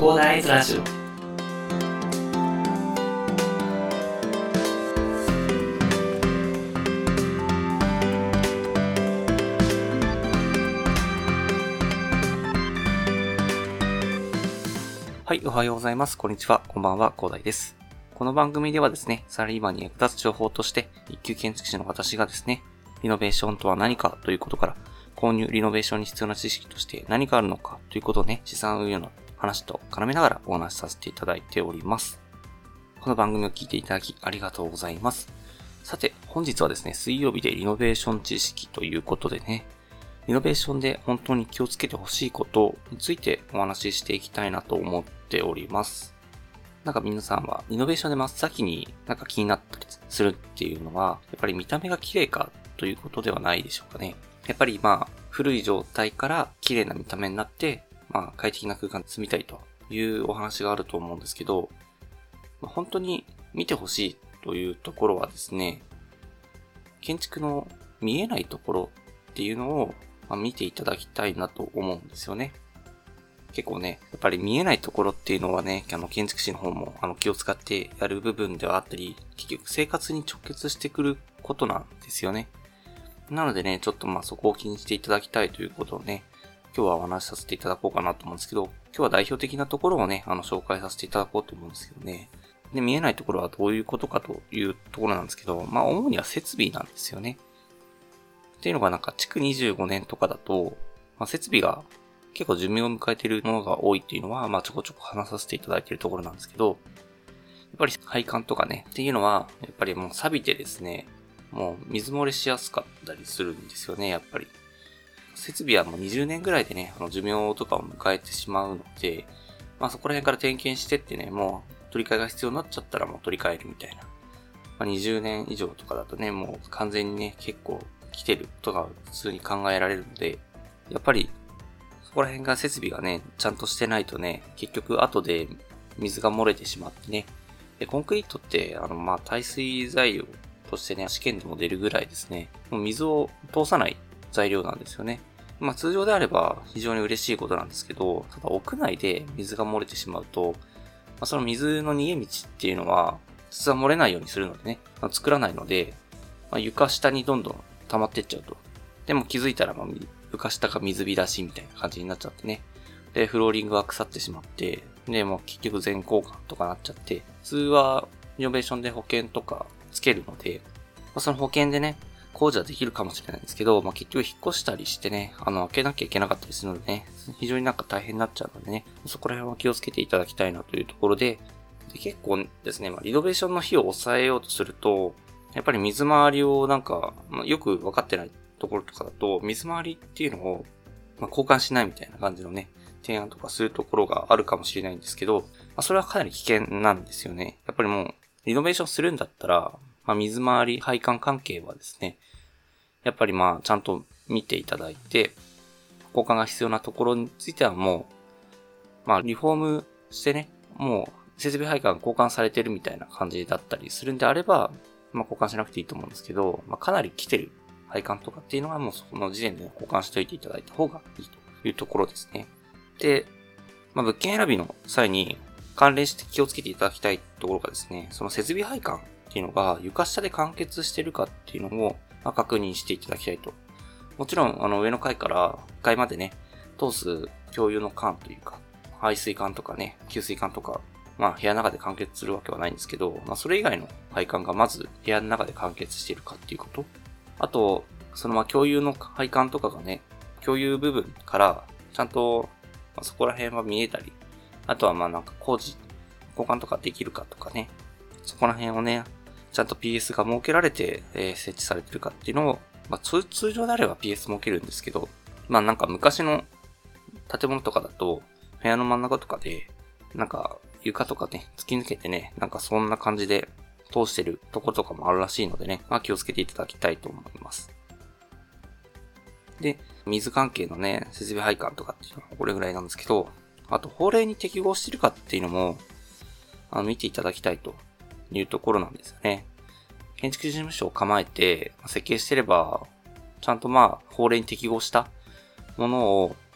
広大ズラジオ。はい、おはようございます。こんにちは。こんばんは、広大です。この番組ではですね、サラリーマンに役立つ情報として、一級建築士の私がですね、リノベーションとは何かということから、購入リノベーションに必要な知識として何があるのかということをね、資産運用の話と絡めながらお話しさせていただいております。この番組を聞いていただきありがとうございます。さて、本日はですね、水曜日でリノベーション知識ということでね、リノベーションで本当に気をつけてほしいことについてお話ししていきたいなと思っております。なんか皆さんはリノベーションで真っ先になんか気になったりするっていうのは、やっぱり見た目が綺麗かということではないでしょうかね。やっぱり古い状態から綺麗な見た目になって、快適な空間で住みたいというお話があると思うんですけど、本当に見てほしいというところはですね、建築の見えないところっていうのを見ていただきたいなと思うんですよね。結構ね、やっぱり見えないところっていうのはね、建築士の方も気を使ってやる部分ではあったり、結局生活に直結してくることなんですよね。なのでね、ちょっとそこを気にしていただきたいということをね、今日はお話しさせていただこうかなと思うんですけど、今日は代表的なところをね、紹介させていただこうと思うんですけどね。で、見えないところはどういうことかというところなんですけど、主には設備なんですよね。っていうのが築25年とかだと、設備が結構寿命を迎えているものが多いっていうのは、ちょこちょこ話させていただいているところなんですけど、やっぱり配管とかね、っていうのは、やっぱりもう錆びてですね、もう水漏れしやすかったりするんですよね、やっぱり。設備はもう20年ぐらいでね、寿命とかを迎えてしまうので、そこら辺から点検してってね、もう取り替えが必要になっちゃったらもう取り替えるみたいな。20年以上とかだとね、もう完全にね、結構来てることが普通に考えられるので、やっぱりそこら辺が設備がね、ちゃんとしてないとね、結局後で水が漏れてしまってね、でコンクリートって耐水材料としてね、試験でも出るぐらいですね、もう水を通さない材料なんですよね。通常であれば非常に嬉しいことなんですけど、ただ屋内で水が漏れてしまうと、その水の逃げ道っていうのは、実は漏れないようにするのでね、作らないので、床下にどんどん溜まってっちゃうと。でも気づいたら床下が水浸しみたいな感じになっちゃってね。で、フローリングが腐ってしまって、で、もう結局全交換とかなっちゃって、普通はリノベーションで保険とかつけるので、その保険でね、工事はできるかもしれないんですけど、結局引っ越したりしてね、開けなきゃいけなかったりするのでね、非常に大変になっちゃうのでね、そこら辺は気をつけていただきたいなというところで、結構ですね、リノベーションの費を抑えようとすると、やっぱり水回りをよく分かってないところとかだと、水回りっていうのを、交換しないみたいな感じのね、提案とかするところがあるかもしれないんですけど、それはかなり危険なんですよね。やっぱりもう、リノベーションするんだったら、水回り、配管関係はですね、やっぱりちゃんと見ていただいて、交換が必要なところについてはもう、リフォームしてね、もう、設備配管交換されてるみたいな感じだったりするんであれば、交換しなくていいと思うんですけど、かなり来てる配管とかっていうのはもうその時点で交換しておいていただいた方がいいというところですね。で、物件選びの際に関連して気をつけていただきたいところがですね、その設備配管っていうのが床下で完結してるかっていうのを確認していただきたいと。もちろん上の階から1階までね、通す共有の管というか、排水管とかね、給水管とか、部屋の中で完結するわけはないんですけど、それ以外の配管がまず部屋の中で完結しているかっていうこと。あと、その共有の配管とかがね、共有部分からちゃんと、そこら辺は見えたり、あとは工事、交換とかできるかとかね、そこら辺をね、ちゃんと PS が設けられて、設置されてるかっていうのを、通常であれば PS 設けるんですけど、昔の建物とかだと、部屋の真ん中とかで、床とかね、突き抜けてね、そんな感じで通してるところとかもあるらしいのでね、気をつけていただきたいと思います。で、水関係のね、設備配管とかっていうのはこれぐらいなんですけど、あと法令に適合してるかっていうのも、見ていただきたいというところなんですよね。建築事務所を構えて設計してれば、ちゃんと法令に適合したものを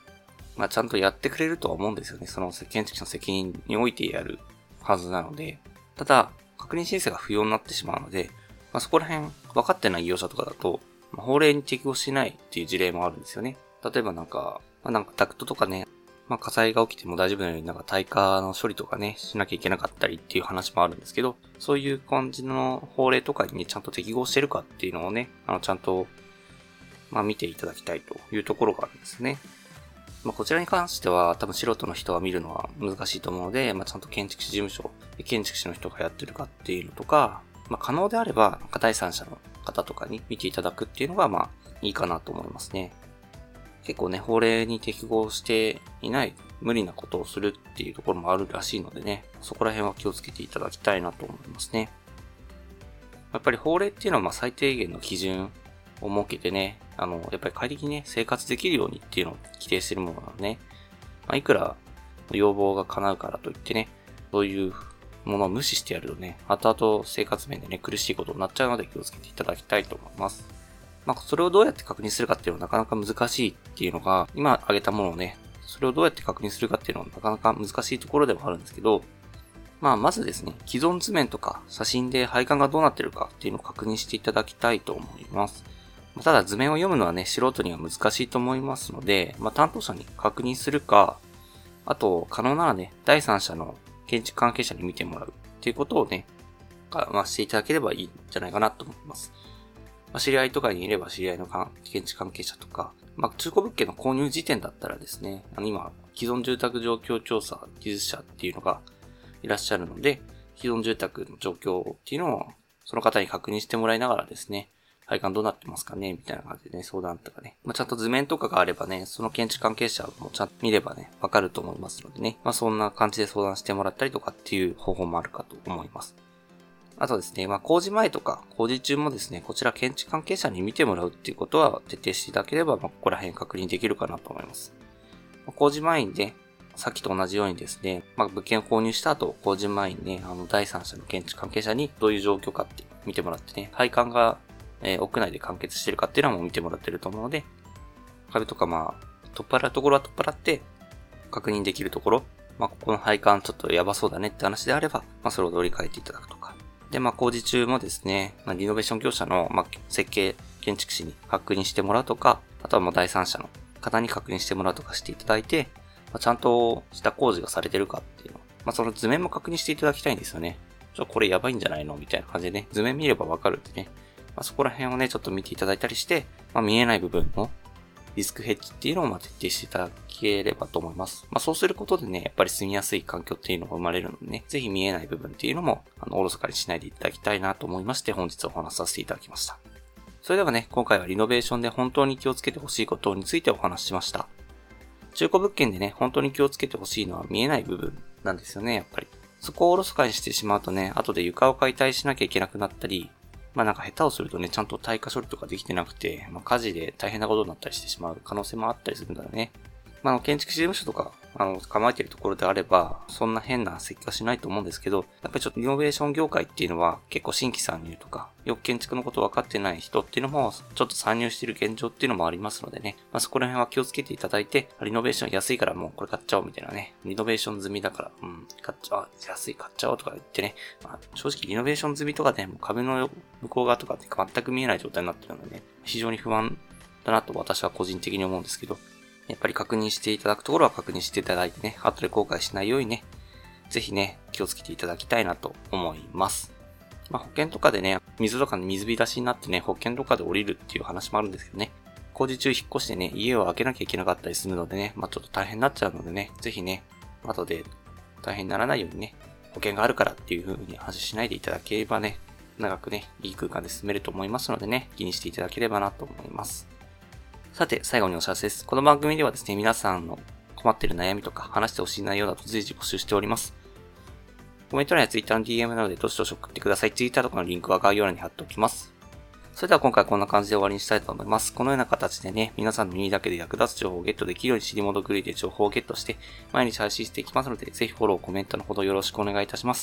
ちゃんとやってくれるとは思うんですよね。その建築士の責任においてやるはずなので。ただ、確認申請が不要になってしまうので、そこら辺分かってない業者とかだと、法令に適合しないっていう事例もあるんですよね。例えばダクトとかね、火災が起きても大丈夫なように耐火の処理とかね、しなきゃいけなかったりっていう話もあるんですけど、そういう感じの法令とかにね、ちゃんと適合してるかっていうのをね、ちゃんと、見ていただきたいというところがあるんですね。こちらに関しては多分素人の人が見るのは難しいと思うので、ちゃんと建築士事務所、建築士の人がやってるかっていうのとか、可能であれば、第三者の方とかに見ていただくっていうのが、いいかなと思いますね。結構ね、法令に適合していない無理なことをするっていうところもあるらしいのでね、そこら辺は気をつけていただきたいなと思いますね。やっぱり法令っていうのは最低限の基準を設けてね、やっぱり快適にね、生活できるようにっていうのを規定しているものなのでね、いくら要望が叶うからといってね、そういうものを無視してやるとね、後々生活面でね、苦しいことになっちゃうので気をつけていただきたいと思います。それをどうやって確認するかっていうのはなかなか難しいっていうのが、今挙げたものをね、それをどうやって確認するかっていうのはなかなか難しいところではあるんですけど、まずですね、既存図面とか写真で配管がどうなってるかっていうのを確認していただきたいと思います。ただ図面を読むのはね、素人には難しいと思いますので、担当者に確認するか、あと、可能ならね、第三者の建築関係者に見てもらうっていうことをね、していただければいいんじゃないかなと思います。知り合いとかにいれば知り合いの建築関係者とか、中古物件の購入時点だったらですね、今、既存住宅状況調査技術者っていうのがいらっしゃるので、既存住宅の状況っていうのをその方に確認してもらいながらですね、配管どうなってますかねみたいな感じでね、相談とかね。ちゃんと図面とかがあればね、その建築関係者もちゃんと見ればね、わかると思いますのでね。そんな感じで相談してもらったりとかっていう方法もあるかと思います。あとですね、工事前とか工事中もですね、こちら建築関係者に見てもらうっていうことは徹底していただければ、ここら辺確認できるかなと思います。工事前にね、さっきと同じようにですね、物件を購入した後、工事前にね、第三者の建築関係者にどういう状況かって見てもらってね、配管が、屋内で完結してるかっていうのはもう見てもらってると思うので、壁とか取っ払うところは取っ払って、確認できるところ、ここの配管ちょっとやばそうだねって話であれば、それを取り替えていただくとか。で、工事中もですね、リノベーション業者の、設計、建築士に確認してもらうとか、あとはもう第三者の方に確認してもらうとかしていただいて、ちゃんとした工事がされてるかっていうの。その図面も確認していただきたいんですよね。これやばいんじゃないのみたいな感じでね、図面見ればわかるってね。そこら辺をね、ちょっと見ていただいたりして、見えない部分のリスクヘッジっていうのを徹底していただければと思います。そうすることでね、やっぱり住みやすい環境っていうのが生まれるのでね、ぜひ見えない部分っていうのも、おろそかにしないでいただきたいなと思いまして、本日お話しさせていただきました。それではね、今回はリノベーションで本当に気をつけてほしいことについてお話ししました。中古物件でね、本当に気をつけてほしいのは見えない部分なんですよね、やっぱり。そこをおろそかにしてしまうとね、後で床を解体しなきゃいけなくなったり、下手をするとね、ちゃんと耐火処理とかできてなくて、火事で大変なことになったりしてしまう可能性もあったりするんだよね。建築士事務所とか、構えているところであれば、そんな変な設計はしないと思うんですけど、やっぱりちょっとリノベーション業界っていうのは、結構新規参入とか、よく建築のこと分かってない人っていうのも、ちょっと参入している現状っていうのもありますのでね、そこら辺は気をつけていただいて、リノベーション安いからもうこれ買っちゃおうみたいなね、リノベーション済みだから、安い買っちゃおうとか言ってね、正直リノベーション済みとかで、もう壁の向こう側とかって全く見えない状態になってるのでね、非常に不安だなと私は個人的に思うんですけど、やっぱり確認していただくところは確認していただいてね、後で後悔しないようにね、ぜひね、気をつけていただきたいなと思います。保険とかでね、水とかの水浸しになってね、保険とかで降りるっていう話もあるんですけどね、工事中引っ越してね、家を開けなきゃいけなかったりするのでね、ちょっと大変になっちゃうのでね、ぜひね、後で大変にならないようにね、保険があるからっていう風に話しないでいただければね、長くね、いい空間で進めると思いますのでね、気にしていただければなと思います。さて、最後にお知らせです。この番組ではですね、皆さんの困っている悩みとか話してほしい内容など随時募集しております。コメント欄や Twitter の DM などでどしどし送ってください。Twitter とかのリンクは概要欄に貼っておきます。それでは今回こんな感じで終わりにしたいと思います。このような形でね、皆さんの耳だけで役立つ情報をゲットできるように尻戻狂いで情報をゲットして、毎日配信していきますので、ぜひフォロー、コメントのほどよろしくお願いいたします。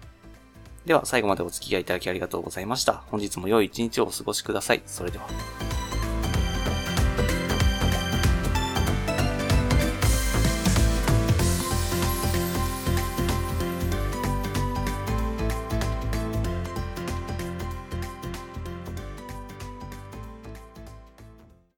では最後までお付き合いいただきありがとうございました。本日も良い一日をお過ごしください。それでは。